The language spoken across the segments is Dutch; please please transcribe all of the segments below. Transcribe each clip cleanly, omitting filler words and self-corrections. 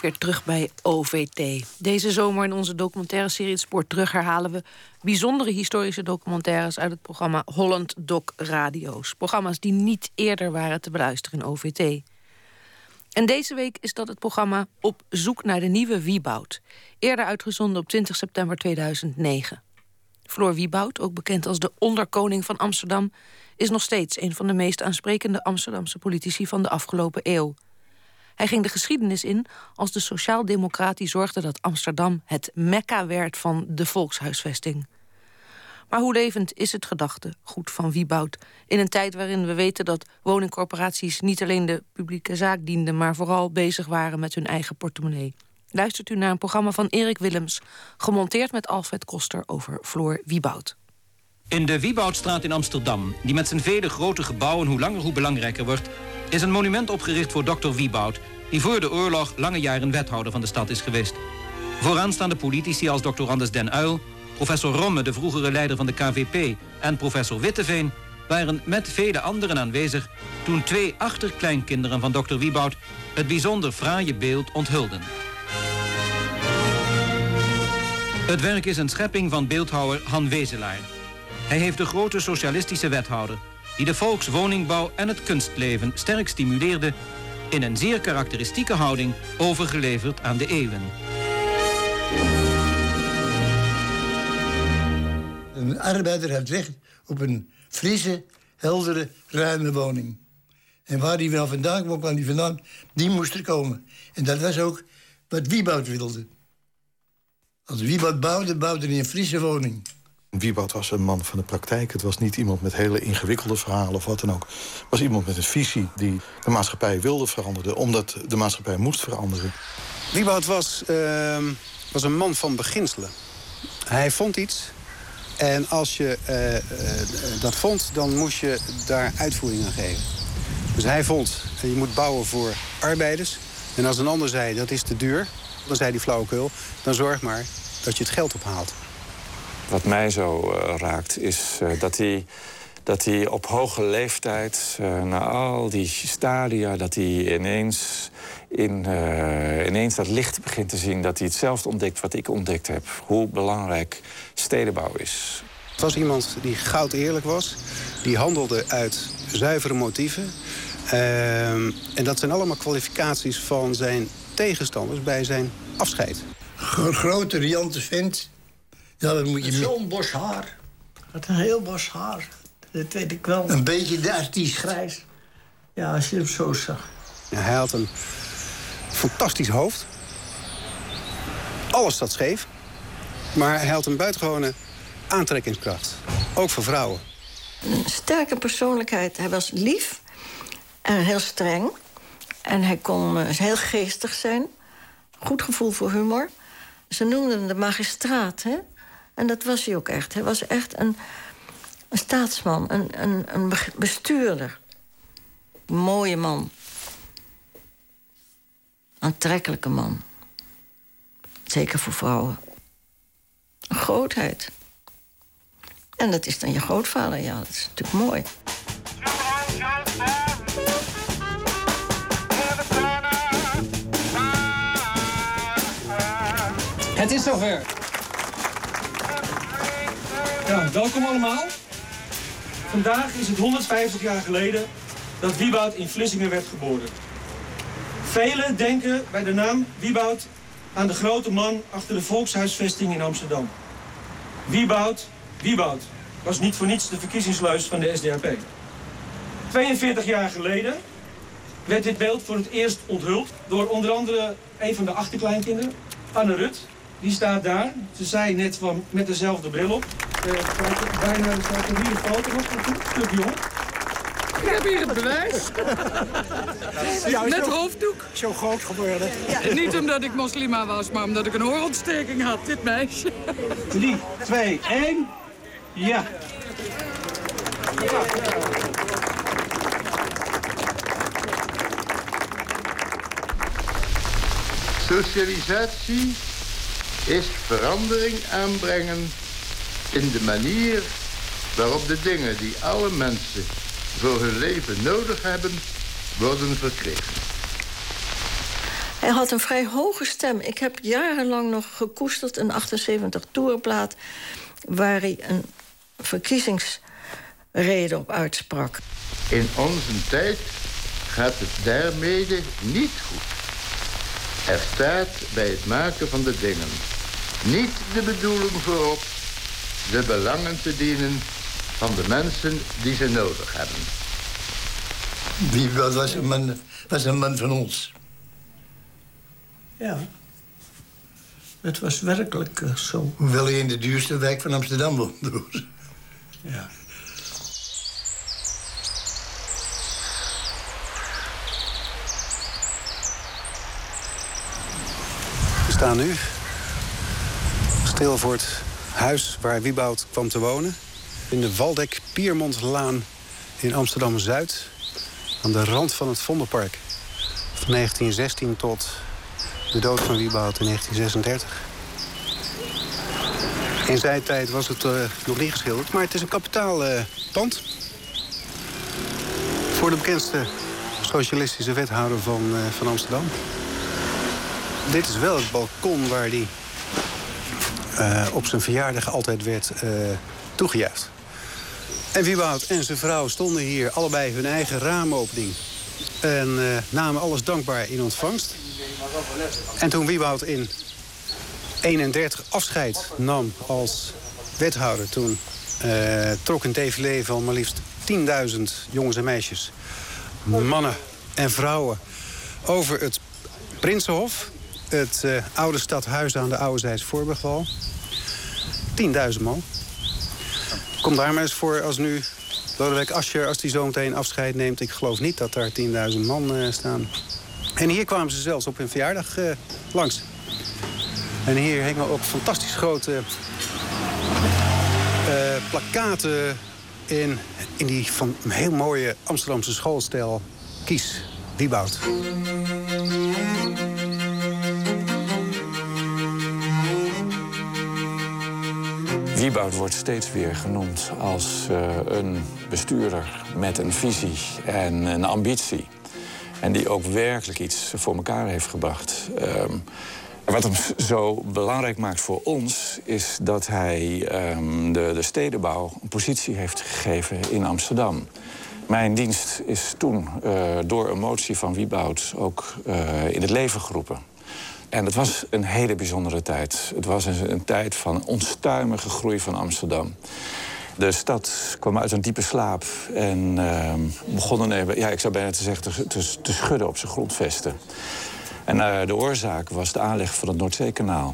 weer terug bij OVT. Deze zomer in onze documentaire serie Het Spoor Terug herhalen we bijzondere historische documentaires uit het programma Holland Doc Radio's. Programma's die niet eerder waren te beluisteren in OVT. En deze week is dat het programma Op zoek naar de nieuwe Wieboud. Eerder uitgezonden op 20 september 2009. Floor Wieboud, ook bekend als de onderkoning van Amsterdam, is nog steeds een van de meest aansprekende Amsterdamse politici van de afgelopen eeuw. Hij ging de geschiedenis in als de sociaaldemocraat die zorgde dat Amsterdam het mekka werd van de volkshuisvesting. Maar hoe levend is het gedachtegoed van Wieboud in een tijd waarin we weten dat woningcorporaties niet alleen de publieke zaak dienden, maar vooral bezig waren met hun eigen portemonnee? Luistert u naar een programma van Erik Willems, gemonteerd met Alfred Koster over Floor Wieboud. In de Wieboudstraat in Amsterdam, die met zijn vele grote gebouwen hoe langer hoe belangrijker wordt, is een monument opgericht voor Dr. Wieboud, die voor de oorlog lange jaren wethouder van de stad is geweest. Vooraanstaande politici als Dr. Anders den Uyl, professor Romme, de vroegere leider van de KVP, en professor Witteveen waren met vele anderen aanwezig toen 2 achterkleinkinderen van Dr. Wieboud het bijzonder fraaie beeld onthulden. Het werk is een schepping van beeldhouwer Han Wezelaar. Hij heeft de grote socialistische wethouder die de volkswoningbouw en het kunstleven sterk stimuleerde, in een zeer karakteristieke houding overgeleverd aan de eeuwen. Een arbeider heeft recht op een frisse, heldere, ruime woning. En waar die wel vandaan kwam, kwam die vandaan, die moest er komen. En dat was ook wat Wieboud wilde. Als Wieboud bouwde hij een frisse woning. Wieboud was een man van de praktijk. Het was niet iemand met hele ingewikkelde verhalen of wat dan ook. Het was iemand met een visie die de maatschappij wilde veranderen, omdat de maatschappij moest veranderen. Wieboud was een man van beginselen. Hij vond iets en als je dat vond, dan moest je daar uitvoering aan geven. Dus hij vond, je moet bouwen voor arbeiders. En als een ander zei, dat is te duur, dan zei hij flauwekul, dan zorg maar dat je het geld ophaalt. Wat mij zo raakt is dat hij op hoge leeftijd, na al die stadia, dat hij ineens dat licht begint te zien, dat hij hetzelfde ontdekt wat ik ontdekt heb. Hoe belangrijk stedenbouw is. Het was iemand die goud eerlijk was, die handelde uit zuivere motieven. En dat zijn allemaal kwalificaties van zijn tegenstanders bij zijn afscheid. Grote, riante vent. Ja, dat moet je... Zo'n bos haar. Had een heel bos haar. Dat weet ik wel. Een beetje de artiest. Grijs. Ja, als je hem zo zag. Ja, hij had een fantastisch hoofd. Alles zat scheef. Maar hij had een buitengewone aantrekkingskracht. Ook voor vrouwen. Een sterke persoonlijkheid. Hij was lief en heel streng. En hij kon heel geestig zijn. Goed gevoel voor humor. Ze noemden hem de magistraat, hè? En dat was hij ook echt. Hij was echt een staatsman, een bestuurder. Een mooie man. Aantrekkelijke man. Zeker voor vrouwen. Een grootheid. En dat is dan je grootvader, ja, dat is natuurlijk mooi. Het is zover. Ja, welkom allemaal. Vandaag is het 150 jaar geleden dat Wieboud in Vlissingen werd geboren. Velen denken bij de naam Wieboud aan de grote man achter de volkshuisvesting in Amsterdam. Wieboud was niet voor niets de verkiezingsluis van de SDAP. 42 jaar geleden werd dit beeld voor het eerst onthuld door onder andere een van de achterkleinkinderen, Anne Rut. Die staat daar. Ze zei net van met dezelfde bril op. Bijna staat er hier een foto op. Een stuk jong. Ik heb hier het bewijs. Met hoofddoek. Zo groot gebeurde. Ja, niet omdat ik moslima was, maar omdat ik een oorontsteking had, dit meisje. 3, 2, 1. Ja. Socialisatie is verandering aanbrengen in de manier waarop de dingen die alle mensen voor hun leven nodig hebben, worden verkregen. Hij had een vrij hoge stem. Ik heb jarenlang nog gekoesterd een 78 toerplaat waar hij een verkiezingsrede op uitsprak. In onze tijd gaat het daarmede niet goed. Er staat bij het maken van de dingen niet de bedoeling voorop de belangen te dienen van de mensen die ze nodig hebben. Wieboud was een man van ons. Ja. Het was werkelijk zo. Hoewel hij in de duurste wijk van Amsterdam woonde. Ja. We staan nu stil voor het huis waar Wieboud kwam te wonen. In de Waldeck-Piermontlaan in Amsterdam-Zuid. Aan de rand van het Vondelpark. Van 1916 tot de dood van Wieboud in 1936. In zijn tijd was het nog niet geschilderd, maar het is een kapitaal pand. Voor de bekendste socialistische wethouder van Amsterdam. Dit is wel het balkon waar hij op zijn verjaardag altijd werd toegejuicht. En Wieboud en zijn vrouw stonden hier allebei hun eigen raamopening. En namen alles dankbaar in ontvangst. En toen Wieboud in 1931 afscheid nam als wethouder, toen trok een défilé van maar liefst 10.000 jongens en meisjes, mannen en vrouwen, over het Prinsenhof, het oude stadhuis aan de Oude Zijds Voorburgwal. 10.000 man. Kom daar maar eens voor als nu Lodewijk Asscher, als hij zo meteen afscheid neemt. Ik geloof niet dat daar 10.000 man staan. En hier kwamen ze zelfs op hun verjaardag langs. En hier hingen ook fantastisch grote plakkaten in die van een heel mooie Amsterdamse schoolstijl. Kies Wieboud. Wieboud wordt steeds weer genoemd als een bestuurder met een visie en een ambitie. En die ook werkelijk iets voor elkaar heeft gebracht. Wat hem zo belangrijk maakt voor ons is dat hij de stedenbouw een positie heeft gegeven in Amsterdam. Mijn dienst is toen door een motie van Wieboud ook in het leven geroepen. En het was een hele bijzondere tijd. Het was een tijd van onstuimige groei van Amsterdam. De stad kwam uit een diepe slaap en begon ik zou bijna te zeggen, te schudden op zijn grondvesten. En de oorzaak was de aanleg van het Noordzeekanaal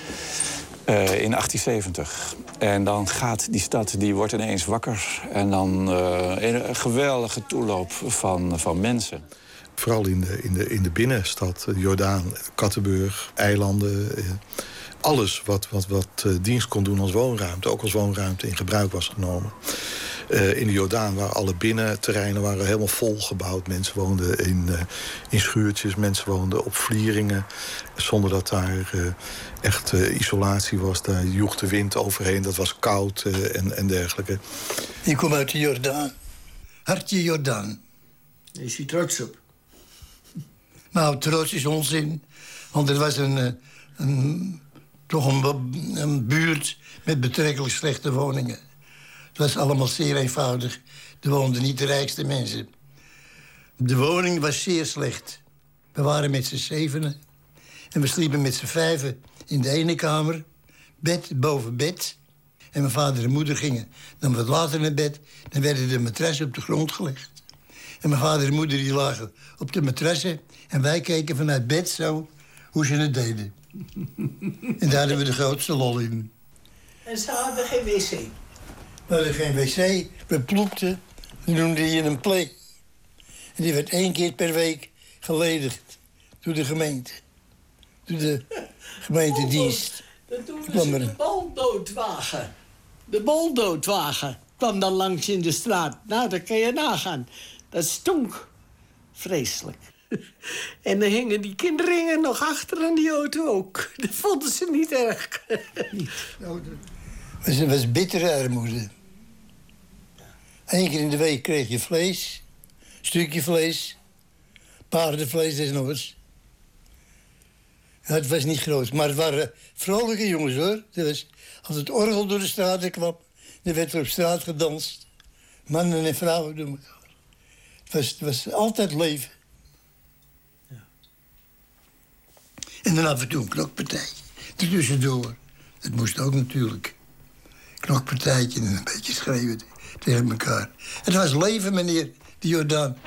in 1870. En dan gaat die stad, die wordt ineens wakker. En dan een geweldige toeloop van mensen. Vooral in de binnenstad, Jordaan, Kattenburg, eilanden. Alles wat dienst kon doen als woonruimte, ook als woonruimte in gebruik was genomen. In de Jordaan waren alle binnenterreinen waren helemaal vol gebouwd. Mensen woonden in schuurtjes, mensen woonden op vlieringen. Zonder dat daar echt isolatie was. Daar joeg de wind overheen, dat was koud en dergelijke. Ik kom uit de Jordaan. Hartje Jordaan. Daar is hij trots op. Nou, trots is onzin. Want het was toch een buurt met betrekkelijk slechte woningen. Het was allemaal zeer eenvoudig. Er woonden niet de rijkste mensen. De woning was zeer slecht. We waren met z'n zevenen. En we sliepen met z'n vijven in de ene kamer. Bed boven bed. En mijn vader en moeder gingen dan wat later naar bed. Dan werden de matrassen op de grond gelegd. En mijn vader en moeder die lagen op de matrassen. En wij keken vanuit bed zo hoe ze het deden. En daar hadden we de grootste lol in. En ze hadden geen wc. We hadden geen wc. We ploepten. We noemden die een plek. En die werd 1 keer per week geledigd. Door de gemeente. Door de gemeentedienst. Dat noemden ze de boldoodwagen. De boldoodwagen kwam dan langs in de straat. Nou, dat kan je nagaan. Dat stonk. Vreselijk. En dan hingen die kinderen nog achter aan die auto ook. Dat vonden ze niet erg. Het was bittere armoede. 1 keer in de week kreeg je vlees. Stukje vlees. Paardenvlees desnoods. Ja, het was niet groot, maar het waren vrolijke jongens, hoor. Als het orgel door de straten kwam, dan werd er op straat gedanst. Mannen en vrouwen door elkaar. Het was altijd leven. Ja. En dan af en toe een knokpartij. Ertussendoor. Dat moest ook natuurlijk. Knokpartijtje en een beetje schreeuwen tegen elkaar. Het was leven, meneer de Jordaan.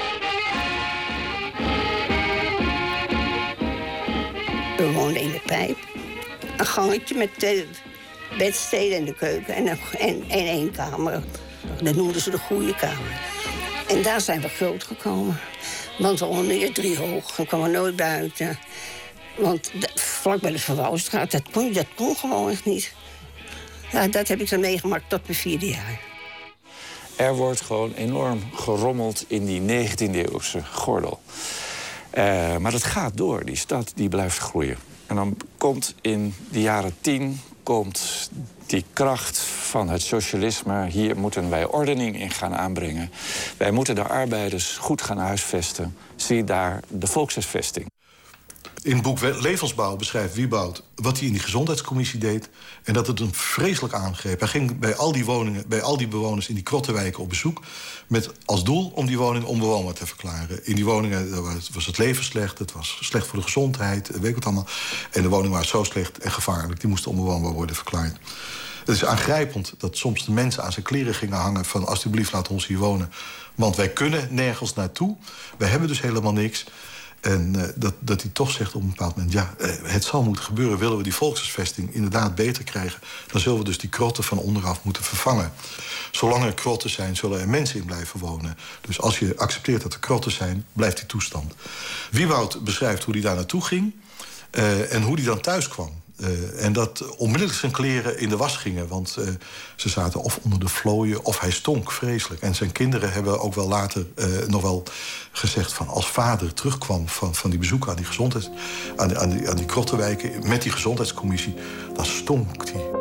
We woonden in de Pijp. Een gangetje met bedsteden en de keuken en één kamer. Dat noemden ze de goede kamer. En daar zijn we groot gekomen. Want we woonden hier 3 hoog. We kwamen nooit buiten. Want vlak bij de Verwouwstraat, dat kon gewoon echt niet. Ja, dat heb ik dan meegemaakt tot mijn 4e jaar. Er wordt gewoon enorm gerommeld in die 19e-eeuwse gordel. Maar dat gaat door. Die stad die blijft groeien. En dan komt in de jaren 10 die kracht van het socialisme. Hier moeten wij ordening in gaan aanbrengen. Wij moeten de arbeiders goed gaan huisvesten. Zie daar de volkshuisvesting. In het boek Levensbouw beschrijft Wieboud wat hij in die gezondheidscommissie deed. En dat het een vreselijk aangreep. Hij ging bij al die woningen, bij al die bewoners in die krottenwijken op bezoek. Met als doel om die woningen onbewoonbaar te verklaren. In die woningen was het leven slecht. Het was slecht voor de gezondheid. Weet ik wat allemaal. En de woningen waren zo slecht en gevaarlijk. Die moesten onbewoonbaar worden verklaard. Het is aangrijpend dat soms de mensen aan zijn kleren gingen hangen. Van alsjeblieft laat ons hier wonen. Want wij kunnen nergens naartoe. Wij hebben dus helemaal niks. En dat hij toch zegt op een bepaald moment... ja, het zal moeten gebeuren. Willen we die volkshuisvesting inderdaad beter krijgen... dan zullen we dus die krotten van onderaf moeten vervangen. Zolang er krotten zijn, zullen er mensen in blijven wonen. Dus als je accepteert dat er krotten zijn, blijft die toestand. Wieboud beschrijft hoe hij daar naartoe ging... en hoe hij dan thuis kwam. En dat onmiddellijk zijn kleren in de was gingen. Want ze zaten of onder de vlooien of hij stonk vreselijk. En zijn kinderen hebben ook wel later nog wel gezegd... van als vader terugkwam van die bezoeken aan die krottenwijken... met die gezondheidscommissie, dan stonk hij.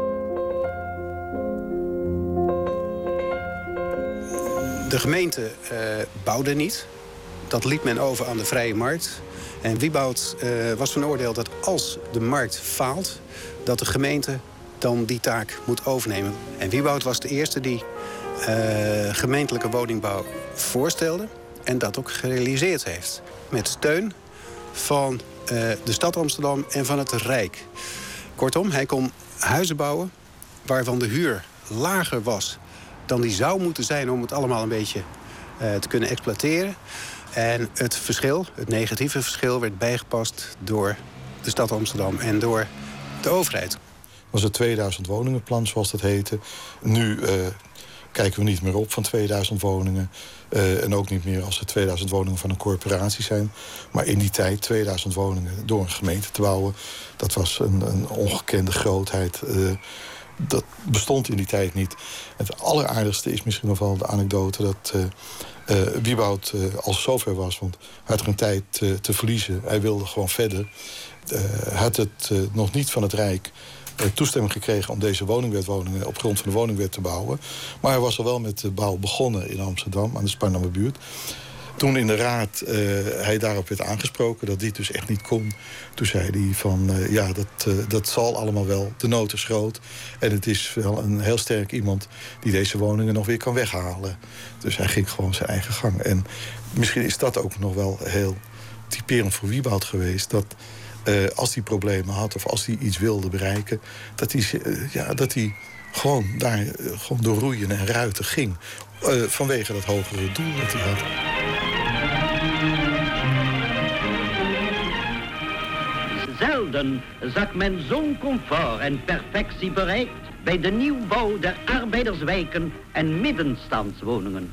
De gemeente bouwde niet. Dat liet men over aan de vrije markt... En Wieboud was van oordeel dat als de markt faalt... dat de gemeente dan die taak moet overnemen. En Wieboud was de eerste die gemeentelijke woningbouw voorstelde... en dat ook gerealiseerd heeft. Met steun van de stad Amsterdam en van het Rijk. Kortom, hij kon huizen bouwen waarvan de huur lager was... dan die zou moeten zijn om het allemaal een beetje te kunnen exploiteren... En het verschil, het negatieve verschil, werd bijgepast door de stad Amsterdam en door de overheid. Dat was het 2000 woningenplan, zoals dat heette. Nu kijken we niet meer op van 2000 woningen. En ook niet meer als er 2000 woningen van een corporatie zijn. Maar in die tijd 2000 woningen door een gemeente te bouwen... dat was een ongekende grootheid... dat bestond in die tijd niet. Het alleraardigste is misschien nog wel de anekdote... dat Wieboud al zover was, want hij had er een tijd te verliezen. Hij wilde gewoon verder. Hij had het nog niet van het Rijk toestemming gekregen... om deze woningwetwoningen op grond van de woningwet te bouwen. Maar hij was al wel met de bouw begonnen in Amsterdam, aan de Sparrenburgbuurt. Toen in de raad hij daarop werd aangesproken, dat dit dus echt niet kon... toen zei hij van, dat zal allemaal wel, de nood is groot... en het is wel een heel sterk iemand die deze woningen nog weer kan weghalen. Dus hij ging gewoon zijn eigen gang. En misschien is dat ook nog wel heel typerend voor Wieboud geweest... dat als hij problemen had of als hij iets wilde bereiken... dat hij gewoon daar gewoon door roeien en ruiten ging... vanwege dat hogere doel dat hij had. Zelden zag men zo'n comfort en perfectie bereikt bij de nieuwbouw der arbeiderswijken en middenstandswoningen.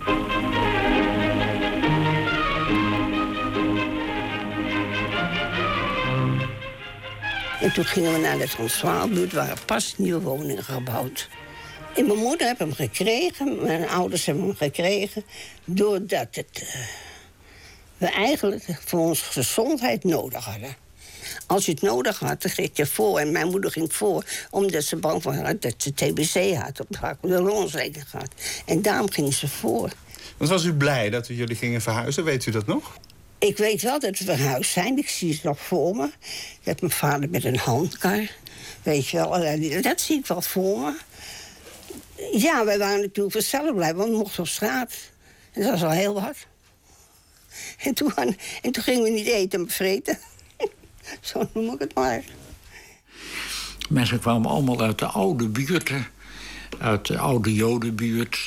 En toen gingen we naar de Transvaalbuurt, waar pas nieuwe woningen gebouwd. En mijn moeder heeft hem gekregen, mijn ouders hebben hem gekregen... doordat we eigenlijk voor onze gezondheid nodig hadden. Als je het nodig had, dan ging je voor. En mijn moeder ging voor, omdat ze bang was dat ze TBC had... of de longontsteking had. En daarom ging ze voor. Want was u blij dat jullie gingen verhuizen, weet u dat nog? Ik weet wel dat we verhuisd zijn. Ik zie het nog voor me. Ik heb mijn vader met een handkar. Weet je wel, dat zie ik wel voor me. Ja, wij waren natuurlijk vanzelf blijven, want we mochten op straat. En dat was al heel wat. En toen gingen we niet eten, maar vreten. Zo noem ik het maar. Mensen kwamen allemaal uit de oude buurten. Uit de oude Jodenbuurt.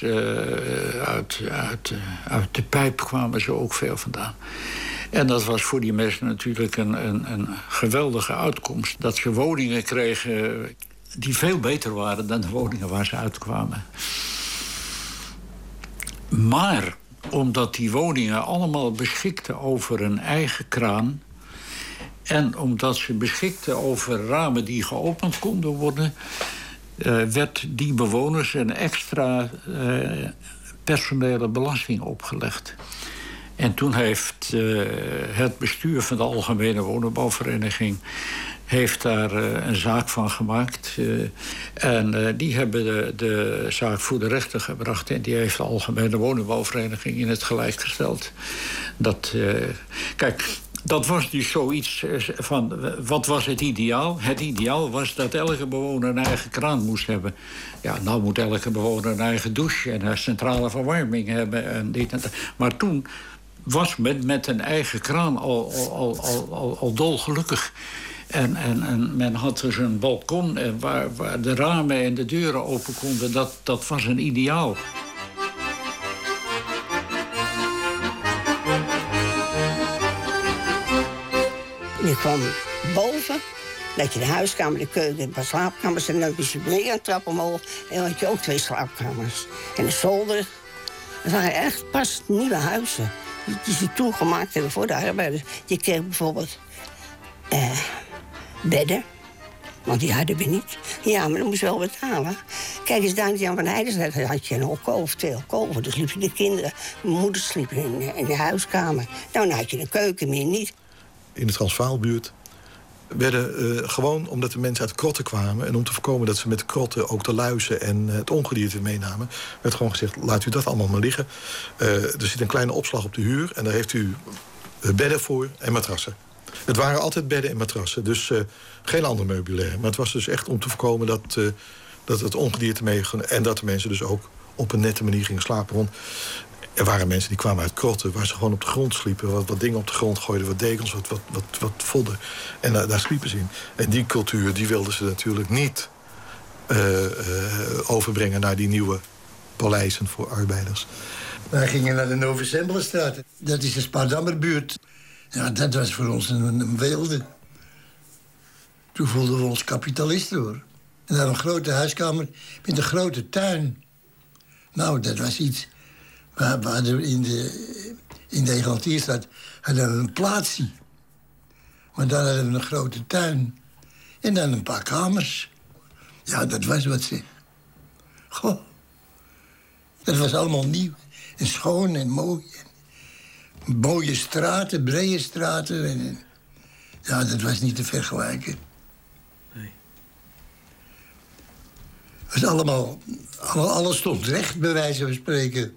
Uit de Pijp kwamen ze ook veel vandaan. En dat was voor die mensen natuurlijk een geweldige uitkomst. Dat ze woningen kregen die veel beter waren dan de woningen waar ze uitkwamen. Maar omdat die woningen allemaal beschikten over een eigen kraan... en omdat ze beschikten over ramen die geopend konden worden... werd die bewoners een extra personele belasting opgelegd. En toen heeft het bestuur van de Algemene Woningbouwvereniging... heeft daar een zaak van gemaakt. En die hebben de zaak voor de rechter gebracht... en die heeft de Algemene Woningbouwvereniging in het gelijk gesteld. Kijk, dat was dus zoiets van... Wat was het ideaal? Het ideaal was dat elke bewoner een eigen kraan moest hebben. Ja, nou moet elke bewoner een eigen douche... en een centrale verwarming hebben en dit en dat. Maar toen was men met een eigen kraan al dolgelukkig. En men had dus een balkon waar de ramen en de deuren open konden. Dat was een ideaal. Je kwam boven, dat je de huiskamer, de keuken, de slaapkamers... en dan was je beneden een trap omhoog. En dan had je ook 2 slaapkamers. En de zolder. Dat waren echt pas nieuwe huizen. Die ze toen gemaakt hebben voor de arbeiders. Je kreeg bijvoorbeeld bedden. Want die hadden we niet. Ja, maar dat moest je wel betalen. Kijk eens, daar in Jan van Heijden had je een hokkool of 2 hokkolen. Dus sliepen de kinderen. Mijn moeder sliep in de huiskamer. Nou, dan had je een keuken, meer niet. In de Transvaalbuurt werden gewoon, omdat de mensen uit krotten kwamen... en om te voorkomen dat ze met de krotten ook de luizen en het ongedierte meenamen... werd gewoon gezegd, laat u dat allemaal maar liggen. Er zit een kleine opslag op de huur en daar heeft u bedden voor en matrassen. Het waren altijd bedden en matrassen, dus geen ander meubilair. Maar het was dus echt om te voorkomen dat het ongedierte meeging... en dat de mensen dus ook op een nette manier gingen slapen. Want er waren mensen die kwamen uit krotten waar ze gewoon op de grond sliepen. Wat dingen op de grond gooiden, wat dekens, wat vodden. En daar sliepen ze in. En die cultuur die wilden ze natuurlijk niet overbrengen naar die nieuwe paleizen voor arbeiders. Wij gingen naar de Novicembelenstraat. Dat is de Spaardammerbuurt. Ja, dat was voor ons een weelde. Toen voelden we ons kapitalisten, hoor. En daar een grote huiskamer met een grote tuin. Nou, dat was iets... We hadden in de Egalantierstraat hadden we een plaatsje. Maar daar hadden we een grote tuin. En dan een paar kamers. Ja, dat was wat ze... Goh. Dat was allemaal nieuw. En schoon en mooi. En mooie straten, brede straten. En, ja, dat was niet te vergelijken. Nee. Het was allemaal... Alles stond recht, bij wijze van spreken.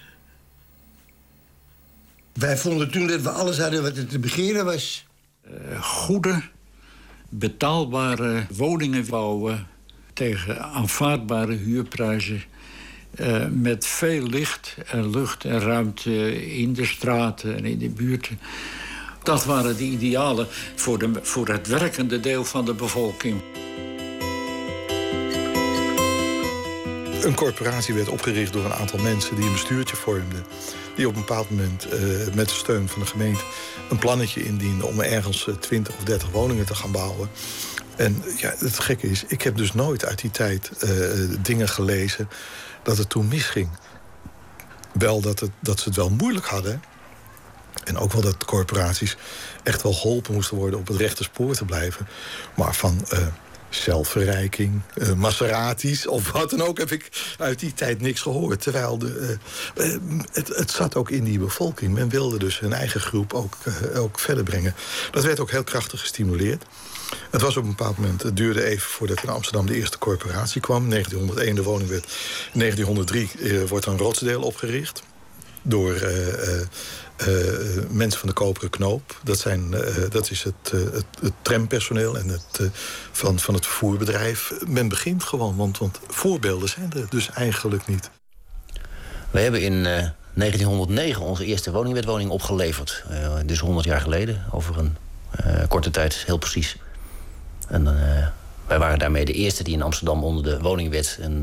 Wij vonden toen dat we alles hadden wat er te begeren was. Goede, betaalbare woningen bouwen tegen aanvaardbare huurprijzen. Met veel licht en lucht en ruimte in de straten en in de buurten. Dat waren de idealen voor het werkende deel van de bevolking. Een corporatie werd opgericht door een aantal mensen die een bestuurtje vormden. Die op een bepaald moment met de steun van de gemeente een plannetje indienden om ergens 20 of 30 woningen te gaan bouwen. En ja, het gekke is, ik heb dus nooit uit die tijd dingen gelezen dat het toen misging. Wel dat ze het wel moeilijk hadden. En ook wel dat corporaties echt wel geholpen moesten worden op het rechte spoor te blijven. Maar van zelfverrijking, Maseratis of wat dan ook heb ik uit die tijd niks gehoord. Terwijl het zat ook in die bevolking. Men wilde dus hun eigen groep ook verder brengen. Dat werd ook heel krachtig gestimuleerd. Het was op een bepaald moment, het duurde even voordat in Amsterdam de eerste corporatie kwam. 1901 de woningwet. In 1903 wordt dan Rotsdeel opgericht. door mensen van de Koperen Knoop. Dat is het trampersoneel en van het vervoerbedrijf. Men begint gewoon, want voorbeelden zijn er dus eigenlijk niet. We hebben in 1909 onze eerste woningwetwoning opgeleverd. Dus 100 jaar geleden, over een korte tijd, heel precies. En wij waren daarmee de eerste die in Amsterdam onder de woningwet een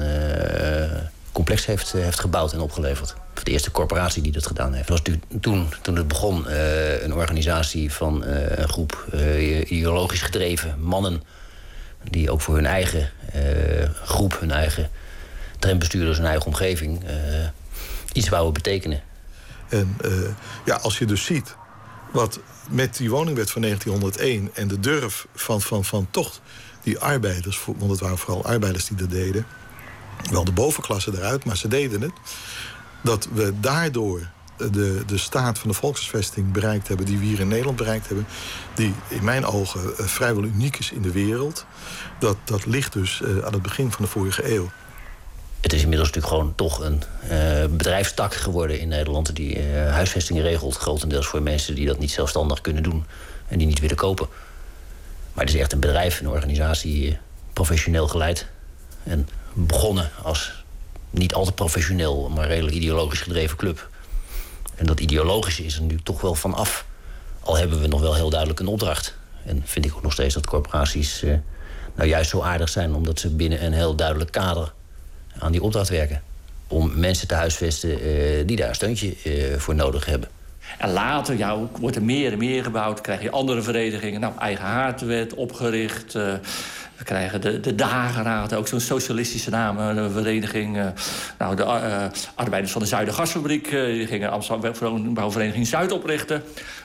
complex heeft gebouwd en opgeleverd. De eerste corporatie die dat gedaan heeft. Het was toen het begon een organisatie van een groep ideologisch gedreven mannen, die ook voor hun eigen groep, hun eigen trambestuurders, hun eigen omgeving iets wouden betekenen. En als je dus ziet wat met die woningwet van 1901 en de durf van toch die arbeiders, want het waren vooral arbeiders die dat deden, wel de bovenklasse eruit, maar ze deden het, dat we daardoor de staat van de volkshuisvesting bereikt hebben, die we hier in Nederland bereikt hebben, die in mijn ogen vrijwel uniek is in de wereld. Dat ligt dus aan het begin van de vorige eeuw. Het is inmiddels natuurlijk gewoon toch een bedrijfstak geworden in Nederland die huisvesting regelt, grotendeels voor mensen die dat niet zelfstandig kunnen doen en die niet willen kopen. Maar het is echt een bedrijf, een organisatie, professioneel geleid en begonnen als niet al te professioneel, maar redelijk ideologisch gedreven club. En dat ideologische is er nu toch wel vanaf. Al hebben we nog wel heel duidelijk een opdracht. En vind ik ook nog steeds dat corporaties nou juist zo aardig zijn, omdat ze binnen een heel duidelijk kader aan die opdracht werken. Om mensen te huisvesten die daar een steuntje voor nodig hebben. En later wordt er meer en meer gebouwd. Krijg je andere verenigingen. Nou, Eigen Haardwet opgericht. We krijgen de Dageraad, ook zo'n socialistische naam. Een vereniging. De arbeiders van de Zuidergasfabriek. Die gingen Amsterdam Woningbouwvereniging Zuid oprichten.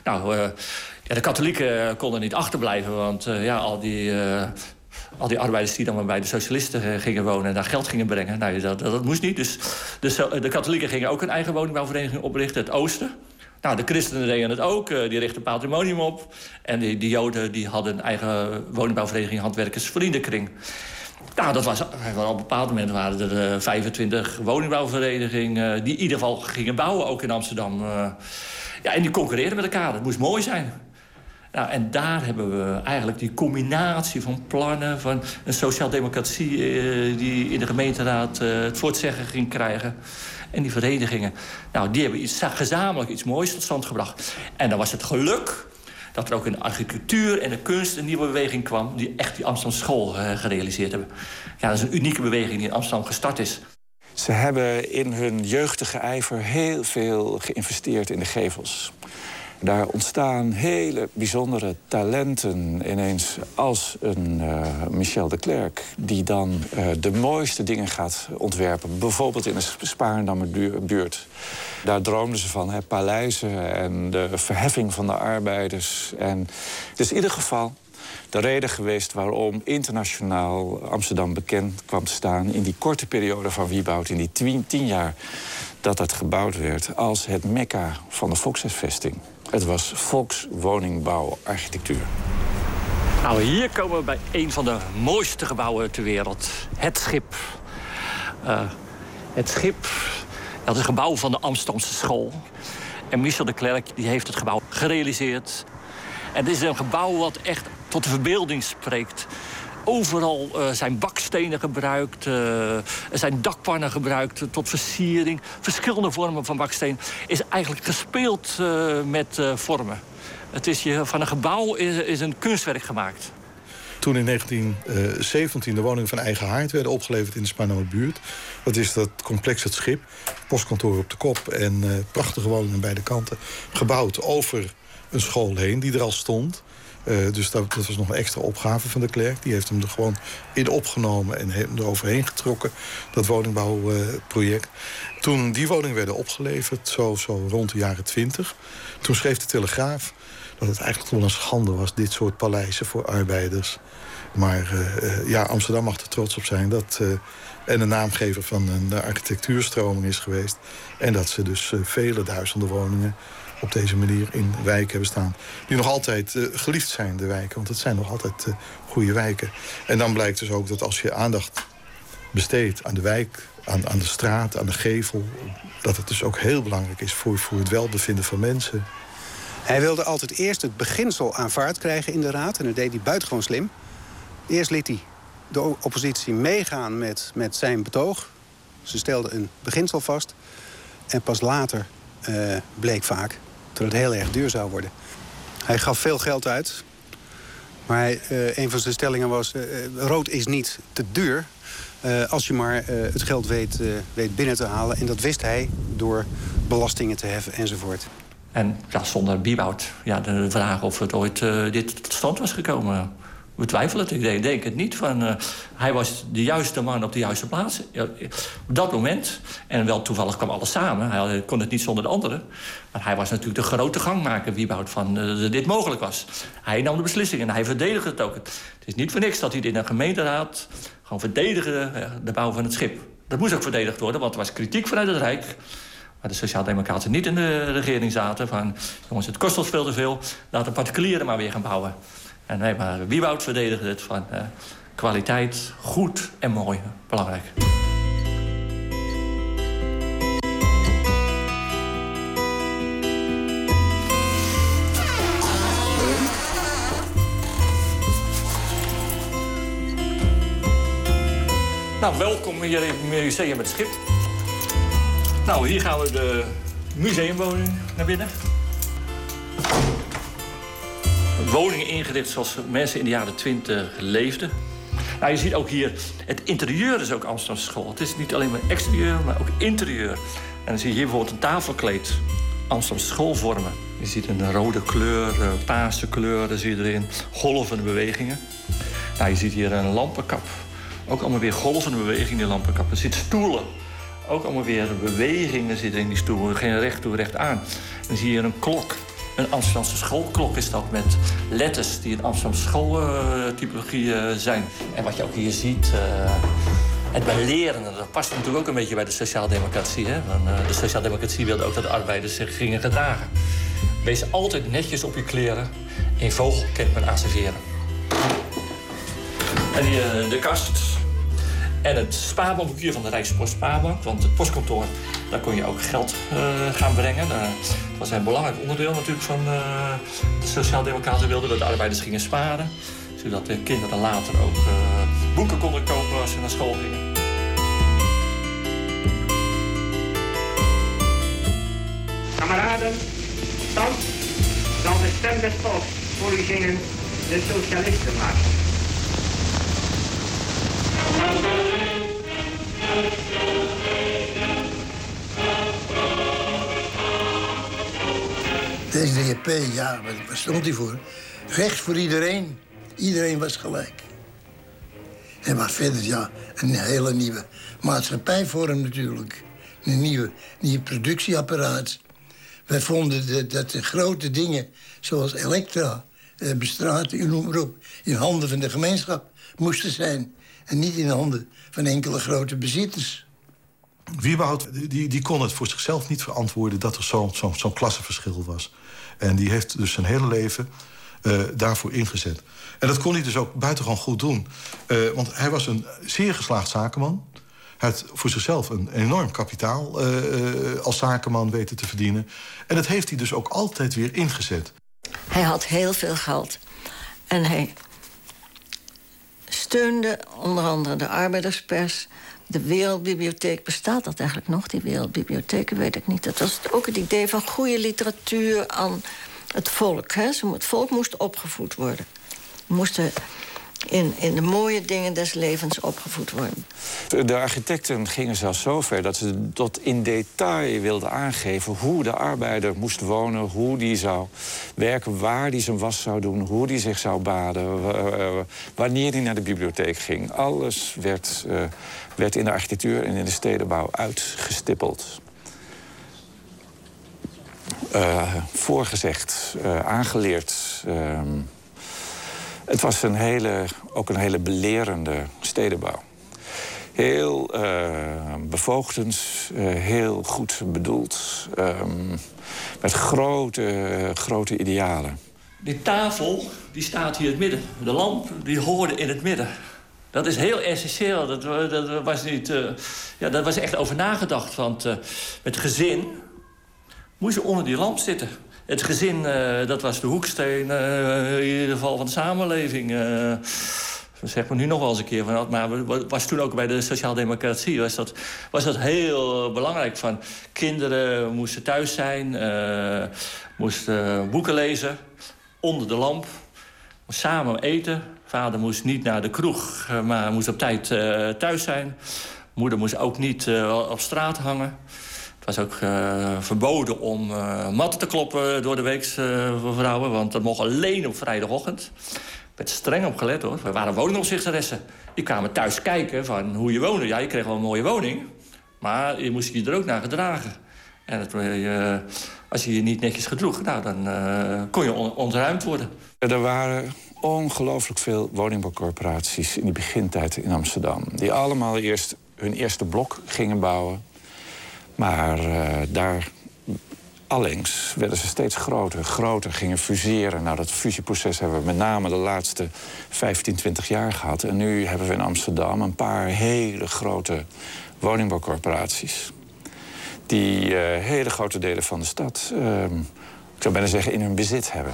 De katholieken konden niet achterblijven. Want al die arbeiders die dan maar bij de socialisten gingen wonen en daar geld gingen brengen. Nou, dat moest niet. Dus de katholieken gingen ook een eigen woningbouwvereniging oprichten, het Oosten. Nou, de christenen deden het ook. Die richtten patrimonium op. En die Joden die hadden een eigen woningbouwvereniging, Handwerkersvriendenkring. Nou, dat was op een bepaald moment waren er 25 woningbouwverenigingen die in ieder geval gingen bouwen, ook in Amsterdam. En die concurreerden met elkaar. Dat moest mooi zijn. Nou, en daar hebben we eigenlijk die combinatie van plannen, van een sociaaldemocratie die in de gemeenteraad het voor het zeggen ging krijgen. En die verenigingen, die hebben gezamenlijk iets moois tot stand gebracht. En dan was het geluk dat er ook in de architectuur en de kunst een nieuwe beweging kwam die echt die Amsterdamse school gerealiseerd hebben. Ja, dat is een unieke beweging die in Amsterdam gestart is. Ze hebben in hun jeugdige ijver heel veel geïnvesteerd in de gevels. Daar ontstaan hele bijzondere talenten ineens als een Michel de Clercq, die dan de mooiste dingen gaat ontwerpen. Bijvoorbeeld in de Sparendammer buurt. Daar droomden ze van, paleizen en de verheffing van de arbeiders. En het is in ieder geval de reden geweest waarom internationaal Amsterdam bekend kwam te staan in die korte periode van Wieboud, in die 10 jaar dat het gebouwd werd, als het mekka van de volkshuisvesting. Het was volkswoningbouwarchitectuur. Nou, hier komen we bij een van de mooiste gebouwen ter wereld. Het Schip. Het Schip, dat is een gebouw van de Amsterdamse school. En Michel de Clercq die heeft het gebouw gerealiseerd. En het is een gebouw wat echt tot de verbeelding spreekt. Overal zijn bakstenen gebruikt, zijn dakpannen gebruikt tot versiering. Verschillende vormen van baksteen is eigenlijk gespeeld met vormen. Het is van een gebouw is een kunstwerk gemaakt. Toen in 1917 de woningen van Eigen Haard werden opgeleverd in de Sparendammerbuurt. Dat is dat complex Het Schip, postkantoor op de kop en prachtige woningen aan beide kanten. Gebouwd over een school heen die er al stond. Dus dat was nog een extra opgave van de Clercq. Die heeft hem er gewoon in opgenomen en hem eroverheen getrokken, dat woningbouwproject. Toen die woningen werden opgeleverd, zo rond de jaren 20... toen schreef de Telegraaf dat het eigenlijk wel een schande was, dit soort paleizen voor arbeiders. Maar Amsterdam mag er trots op zijn dat en een naamgever van een architectuurstroming is geweest. En dat ze dus vele duizenden woningen op deze manier in wijken hebben staan. Die nog altijd geliefd zijn, de wijken. Want het zijn nog altijd goede wijken. En dan blijkt dus ook dat als je aandacht besteedt aan de wijk, aan de straat, aan de gevel. Dat het dus ook heel belangrijk is voor het welbevinden van mensen. Hij wilde altijd eerst het beginsel aanvaard krijgen in de raad. En dat deed hij buitengewoon slim. Eerst liet hij de oppositie meegaan met zijn betoog. Ze stelden een beginsel vast. En pas later bleek vaak dat het heel erg duur zou worden. Hij gaf veel geld uit. Maar een van zijn stellingen was... rood is niet te duur als je maar het geld weet binnen te halen. En dat wist hij door belastingen te heffen enzovoort. En ja, zonder Wieboud, de vraag of het ooit dit tot stand was gekomen... We twijfelen het, ik denk het niet. Hij was de juiste man op de juiste plaats. Op dat moment. En wel toevallig kwam alles samen. Hij kon het niet zonder de anderen. Maar hij was natuurlijk de grote gangmaker, Wieboud, van dit mogelijk was. Hij nam de beslissing en hij verdedigde het ook. Het is niet voor niks dat hij in een gemeenteraad gewoon verdedigde de bouw van het schip. Dat moest ook verdedigd worden, want er was kritiek vanuit het Rijk. Maar de Sociaaldemocraten niet in de regering zaten. Van, jongens, het kost ons veel te veel. Laten de particulieren maar weer gaan bouwen. En nee, maar Wieboud verdedigde het van kwaliteit, goed en mooi. Belangrijk. Nou, welkom hier in het museum met het schip. Nou, hier gaan we de museumwoning naar binnen. Woningen ingericht zoals mensen in de jaren 20 leefden. Nou, je ziet ook hier, het interieur is ook Amsterdamse school. Het is niet alleen maar exterieur, maar ook interieur. En dan zie je hier bijvoorbeeld een tafelkleed. Amsterdamse schoolvormen. Je ziet een rode kleur, paarse kleuren zie je erin. Golvende bewegingen. Nou, je ziet hier een lampenkap. Ook allemaal weer golvende bewegingen in die lampenkap. Er zitten stoelen. Ook allemaal weer bewegingen zitten in die stoelen. Geen recht toe, recht aan. Dan zie je een klok. Een Amsterdamse schoolklok is dat met letters die een Amsterdamse schooltypologie zijn. En wat je ook hier ziet, het belerende, dat past natuurlijk ook een beetje bij de sociaaldemocratie. Hè? Want, de sociaaldemocratie wilde ook dat de arbeiders zich gingen gedragen. Wees altijd netjes op je kleren. In vogel kent men aanserveren. En hier de kast. En het spaarbankboekje van de Rijkspost Spaarbank. Want het postkantoor, daar kon je ook geld gaan brengen. Dat was een belangrijk onderdeel natuurlijk van de Sociaaldemocraten wilden. Dat de arbeiders gingen sparen. Zodat de kinderen later ook boeken konden kopen als ze naar school gingen. Kameraden, thans zal de stem des volks voor u zingen de Socialistenmars. De SDAP, ja, waar stond hij voor? Recht voor iedereen. Iedereen was gelijk. En maar verder, ja, een hele nieuwe maatschappijvorm natuurlijk. Een nieuw productieapparaat. Wij vonden dat de grote dingen, zoals Elektra, bestraten, u noem maar op, in handen van de gemeenschap moesten zijn. En niet in de handen van enkele grote bezitters. Wieboud die kon het voor zichzelf niet verantwoorden dat er zo'n klassenverschil was. En die heeft dus zijn hele leven daarvoor ingezet. En dat kon hij dus ook buitengewoon goed doen. Want hij was een zeer geslaagd zakenman. Hij had voor zichzelf een enorm kapitaal als zakenman weten te verdienen. En dat heeft hij dus ook altijd weer ingezet. Hij had heel veel geld. En hij steunde onder andere de arbeiderspers. De Wereldbibliotheek, bestaat dat eigenlijk nog, die Wereldbibliotheek? Weet ik niet. Dat was ook het idee van goede literatuur aan het volk. Hè? Het volk moest opgevoed worden. Moesten in de mooie dingen des levens opgevoed worden. De architecten gingen zelfs zo ver dat ze tot in detail wilden aangeven hoe de arbeider moest wonen, hoe die zou werken, waar die zijn was zou doen, hoe die zich zou baden, wanneer hij naar de bibliotheek ging. Alles werd in de architectuur en in de stedenbouw uitgestippeld. Voorgezegd, aangeleerd. Het was ook een hele belerende stedenbouw. Heel bevoogdend, heel goed bedoeld. Met grote idealen. Die tafel die staat hier in het midden. De lamp die hoorde in het midden. Dat is heel essentieel. Dat was niet... dat was echt over nagedacht. Want met het gezin moest je onder die lamp zitten. Het gezin, dat was de hoeksteen in ieder geval van de samenleving. Dat zegt men nu nog wel eens een keer. Maar was toen ook bij de sociaaldemocratie was dat heel belangrijk. Van kinderen moesten thuis zijn, moesten boeken lezen, onder de lamp, samen eten. Vader moest niet naar de kroeg, maar moest op tijd thuis zijn. Moeder moest ook niet op straat hangen. Het was ook verboden om matten te kloppen door de week voor vrouwen. Want dat mocht alleen op vrijdagochtend. Er werd streng op gelet, hoor. We waren woningopzichteressen. Die kwamen thuis kijken van hoe je woonde. Ja, je kreeg wel een mooie woning. Maar je moest je er ook naar gedragen. En als je je niet netjes gedroeg, nou, dan kon je ontruimd worden. Er waren ongelooflijk veel woningbouwcorporaties in die begintijd in Amsterdam. Die allemaal eerst hun eerste blok gingen bouwen. Maar daar allengs werden ze steeds groter, gingen fuseren. Nou, dat fusieproces hebben we met name de laatste 15, 20 jaar gehad. En nu hebben we in Amsterdam een paar hele grote woningbouwcorporaties. Die hele grote delen van de stad, ik zou bijna zeggen, in hun bezit hebben.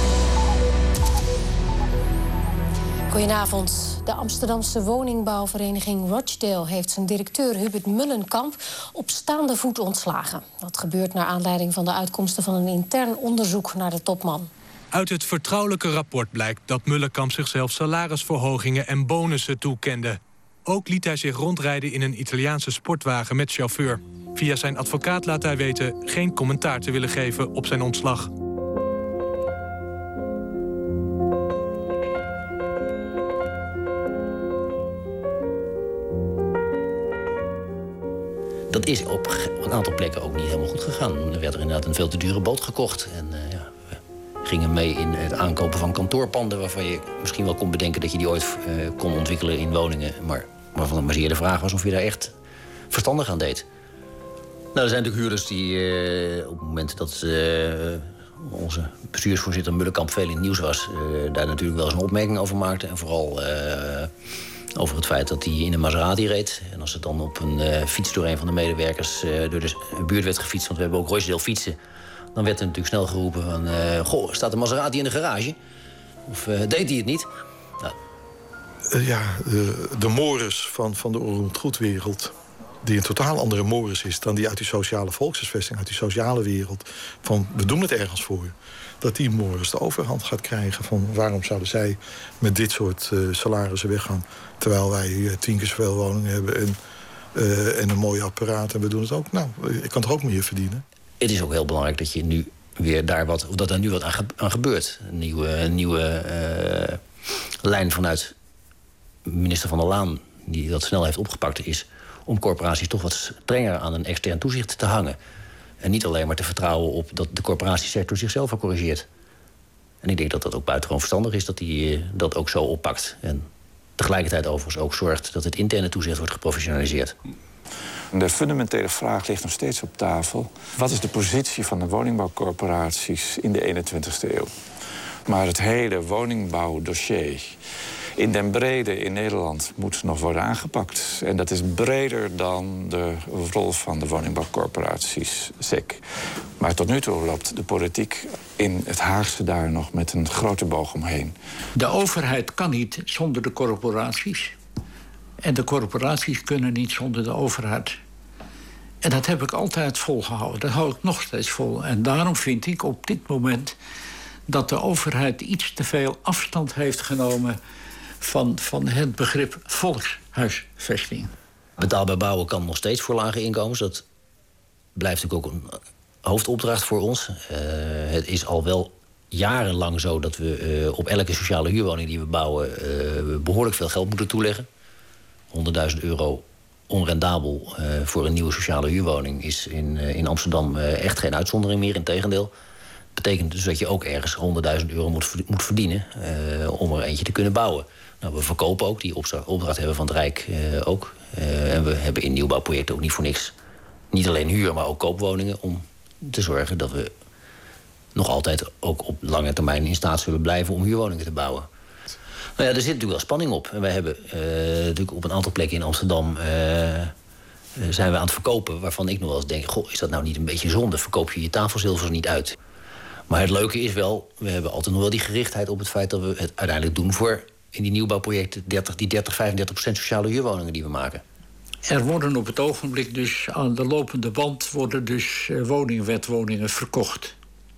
Goedenavond. De Amsterdamse woningbouwvereniging Rochdale heeft zijn directeur Hubert Mullenkamp op staande voet ontslagen. Dat gebeurt naar aanleiding van de uitkomsten van een intern onderzoek naar de topman. Uit het vertrouwelijke rapport blijkt dat Mullenkamp zichzelf salarisverhogingen en bonussen toekende. Ook liet hij zich rondrijden in een Italiaanse sportwagen met chauffeur. Via zijn advocaat laat hij weten geen commentaar te willen geven op zijn ontslag. Dat is op een aantal plekken ook niet helemaal goed gegaan. Er werd er inderdaad een veel te dure boot gekocht. En we gingen mee in het aankopen van kantoorpanden, waarvan je misschien wel kon bedenken dat je die ooit kon ontwikkelen in woningen. Maar waarvan het maar zeer de vraag was of je daar echt verstandig aan deed. Nou, er zijn natuurlijk huurders die op het moment dat onze bestuursvoorzitter Mullenkamp veel in het nieuws was, daar natuurlijk wel eens een opmerking over maakte. En vooral over het feit dat hij in een Maserati reed. En als het dan op een fiets door een van de medewerkers door de buurt werd gefietst, want we hebben ook Rochdale fietsen, dan werd er natuurlijk snel geroepen van, goh, staat de Maserati in de garage? Of deed hij het niet? Nou. De mores van de onroerend-goed-wereld, die een totaal andere mores is dan die uit die sociale volkshuisvesting, uit die sociale wereld, van we doen het ergens voor, dat die mores de overhand gaat krijgen van waarom zouden zij met dit soort salarissen weggaan, terwijl wij 10 keer zoveel woningen hebben en een mooi apparaat en we doen het ook. Nou, ik kan toch ook meer verdienen. Het is ook heel belangrijk dat je nu weer dat er nu wat aan gebeurt. Een nieuwe lijn vanuit minister Van der Laan, die dat snel heeft opgepakt, is om corporaties toch wat strenger aan een extern toezicht te hangen. En niet alleen maar te vertrouwen op dat de corporatiesector zichzelf al corrigeert. En ik denk dat dat ook buitengewoon verstandig is dat hij dat ook zo oppakt. En tegelijkertijd overigens ook zorgt dat het interne toezicht wordt geprofessionaliseerd. De fundamentele vraag ligt nog steeds op tafel. Wat is de positie van de woningbouwcorporaties in de 21ste eeuw? Maar het hele woningbouwdossier in den brede in Nederland moet nog worden aangepakt. En dat is breder dan de rol van de woningbouwcorporaties, SEC. Maar tot nu toe loopt de politiek in het Haagse daar nog met een grote boog omheen. De overheid kan niet zonder de corporaties. En de corporaties kunnen niet zonder de overheid. En dat heb ik altijd volgehouden. Dat hou ik nog steeds vol. En daarom vind ik op dit moment dat de overheid iets te veel afstand heeft genomen van het begrip volkshuisvesting. Betaalbaar bouwen kan nog steeds voor lage inkomens. Dat blijft natuurlijk ook een hoofdopdracht voor ons. Het is al wel jarenlang zo dat we op elke sociale huurwoning die we bouwen behoorlijk veel geld moeten toeleggen. €100.000 onrendabel voor een nieuwe sociale huurwoning is in Amsterdam echt geen uitzondering meer. Integendeel. Betekent dus dat je ook ergens €100.000 moet verdienen om er eentje te kunnen bouwen. Nou, we verkopen ook, die opdracht hebben van het Rijk ook. En we hebben in nieuwbouwprojecten ook niet voor niks niet alleen huur, maar ook koopwoningen, om te zorgen dat we nog altijd ook op lange termijn in staat zullen blijven om huurwoningen te bouwen. Nou ja, er zit natuurlijk wel spanning op. En wij hebben natuurlijk op een aantal plekken in Amsterdam zijn we aan het verkopen, waarvan ik nog wel eens denk, goh, is dat nou niet een beetje zonde? Verkoop je tafelzilvers niet uit? Maar het leuke is wel, we hebben altijd nog wel die gerichtheid op het feit dat we het uiteindelijk doen voor in die nieuwbouwprojecten 35% sociale huurwoningen die we maken. Er worden op het ogenblik dus aan de lopende band worden dus woningwetwoningen verkocht.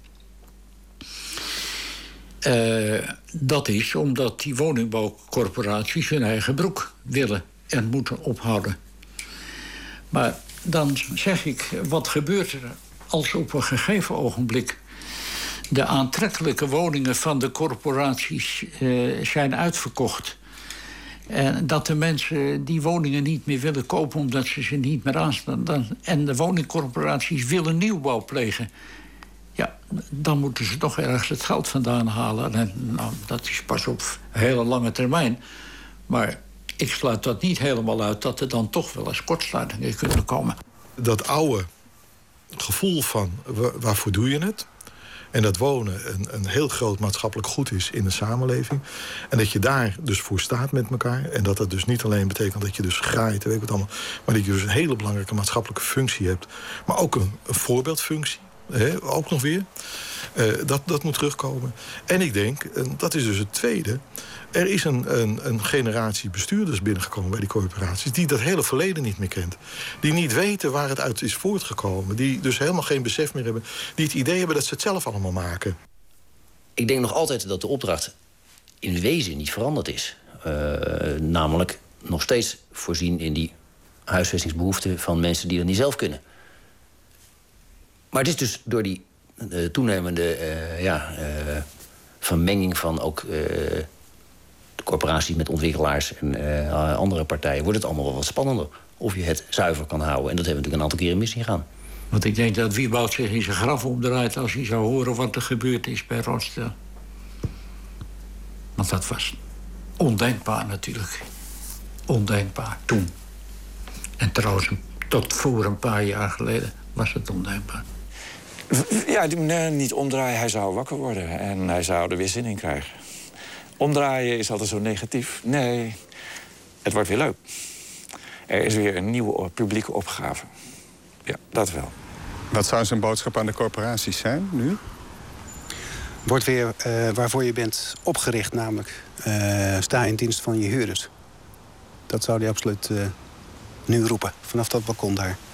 Dat is omdat die woningbouwcorporaties hun eigen broek willen en moeten ophouden. Maar dan zeg ik, wat gebeurt er als op een gegeven ogenblik de aantrekkelijke woningen van de corporaties zijn uitverkocht? En dat de mensen die woningen niet meer willen kopen omdat ze niet meer aanstaan. En de woningcorporaties willen nieuwbouw plegen. Ja, dan moeten ze toch ergens het geld vandaan halen. En, nou, dat is pas op hele lange termijn. Maar ik sluit dat niet helemaal uit dat er dan toch wel eens kortsluitingen kunnen komen. Dat oude gevoel van waarvoor doe je het? En dat wonen een heel groot maatschappelijk goed is in de samenleving. En dat je daar dus voor staat met elkaar. En dat dat dus niet alleen betekent dat je dus graait, weet ik wat allemaal, maar dat je dus een hele belangrijke maatschappelijke functie hebt. Maar ook een voorbeeldfunctie. Ook nog weer. Dat moet terugkomen. En ik denk, en dat is dus het tweede, er is een generatie bestuurders binnengekomen bij die corporaties die dat hele verleden niet meer kent. Die niet weten waar het uit is voortgekomen. Die dus helemaal geen besef meer hebben. Die het idee hebben dat ze het zelf allemaal maken. Ik denk nog altijd dat de opdracht in wezen niet veranderd is. Namelijk nog steeds voorzien in die huisvestingsbehoeften van mensen die dat niet zelf kunnen. Maar het is dus door die toenemende vermenging van ook de corporaties met ontwikkelaars en andere partijen, wordt het allemaal wel wat spannender of je het zuiver kan houden. En dat hebben we natuurlijk een aantal keren mis zien gaan. Want ik denk dat Wieboud zich in zijn graf omdraait als hij zou horen wat er gebeurd is bij Rochdale. Want dat was ondenkbaar natuurlijk. Ondenkbaar toen. En trouwens, tot voor een paar jaar geleden was het ondenkbaar. Ja, niet omdraaien. Hij zou wakker worden en hij zou er weer zin in krijgen. Omdraaien is altijd zo negatief. Nee, het wordt weer leuk. Er is weer een nieuwe publieke opgave. Ja, dat wel. Wat zou zijn boodschap aan de corporaties zijn nu? Word weer waarvoor je bent opgericht, namelijk sta in dienst van je huurders. Dat zou hij absoluut nu roepen, vanaf dat balkon daar.